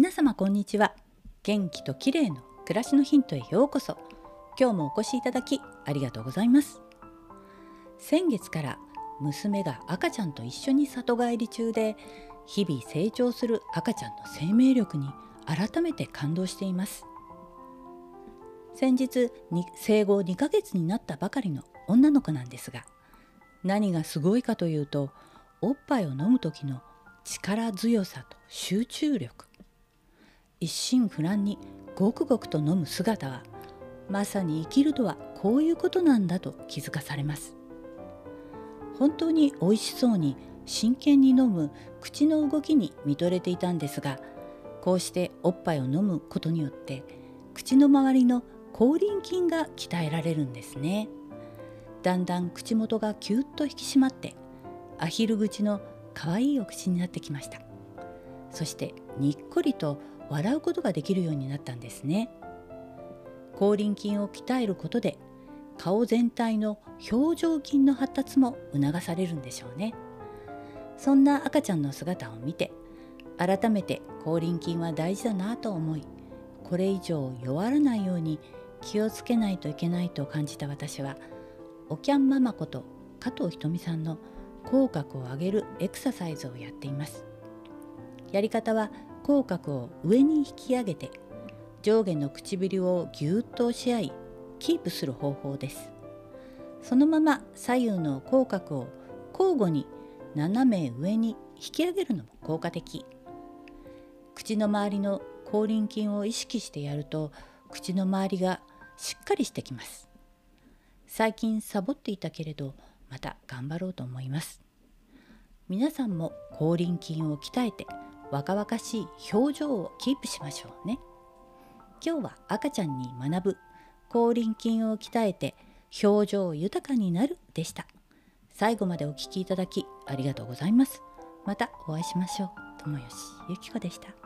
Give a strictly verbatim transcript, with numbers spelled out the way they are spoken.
皆様こんにちは。元気と綺麗の暮らしのヒントへようこそ。今日もお越しいただきありがとうございます。先月から娘が赤ちゃんと一緒に里帰り中で、日々成長する赤ちゃんの生命力に改めて感動しています。先日に生後にかげつになったばかりの女の子なんですが、何がすごいかというと、おっぱいを飲む時の力強さと集中力、一心不乱にごくごくと飲む姿は、まさに生きるとはこういうことなんだと気づかされます。本当に美味しそうに真剣に飲む口の動きに見とれていたんですが、こうしておっぱいを飲むことによって口の周りの口輪筋が鍛えられるんですね。だんだん口元がキュッと引き締まって、アヒル口の可愛いお口になってきました。そしてにっこりと笑うことができるようになったんですね。口輪筋を鍛えることで、顔全体の表情筋の発達も促されるんでしょうね。そんな赤ちゃんの姿を見て、改めて口輪筋は大事だなと思い、これ以上弱らないように気をつけないといけないと感じた私は、おきゃんママこと加藤ひとみさんの口角を上げるエクササイズをやっています。やり方は、口角を上に引き上げて、上下の唇をぎゅーっと押し合いキープする方法です。そのまま左右の口角を交互に斜め上に引き上げるのも効果的。口の周りの口輪筋を意識してやると、口の周りがしっかりしてきます。最近サボっていたけれど、また頑張ろうと思います。皆さんも口輪筋を鍛えて、若々しい表情をキープしましょうね。今日は赤ちゃんに学ぶ口輪筋を鍛えて表情豊かになるでした。最後までお聞きいただきありがとうございます。またお会いしましょう。友吉ゆき子でした。